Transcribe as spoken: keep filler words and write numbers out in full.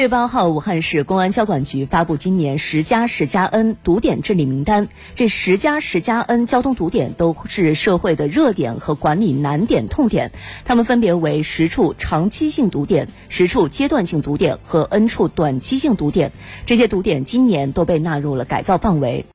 月八号，武汉市公安交管局发布今年十加十加 N 堵点治理名单。这十加十加 N 交通堵点都是社会的热点和管理难点、痛点，它们分别为十处长期性堵点、十处阶段性堵点和 N 处短期性堵点。这些堵点今年都被纳入了改造范围。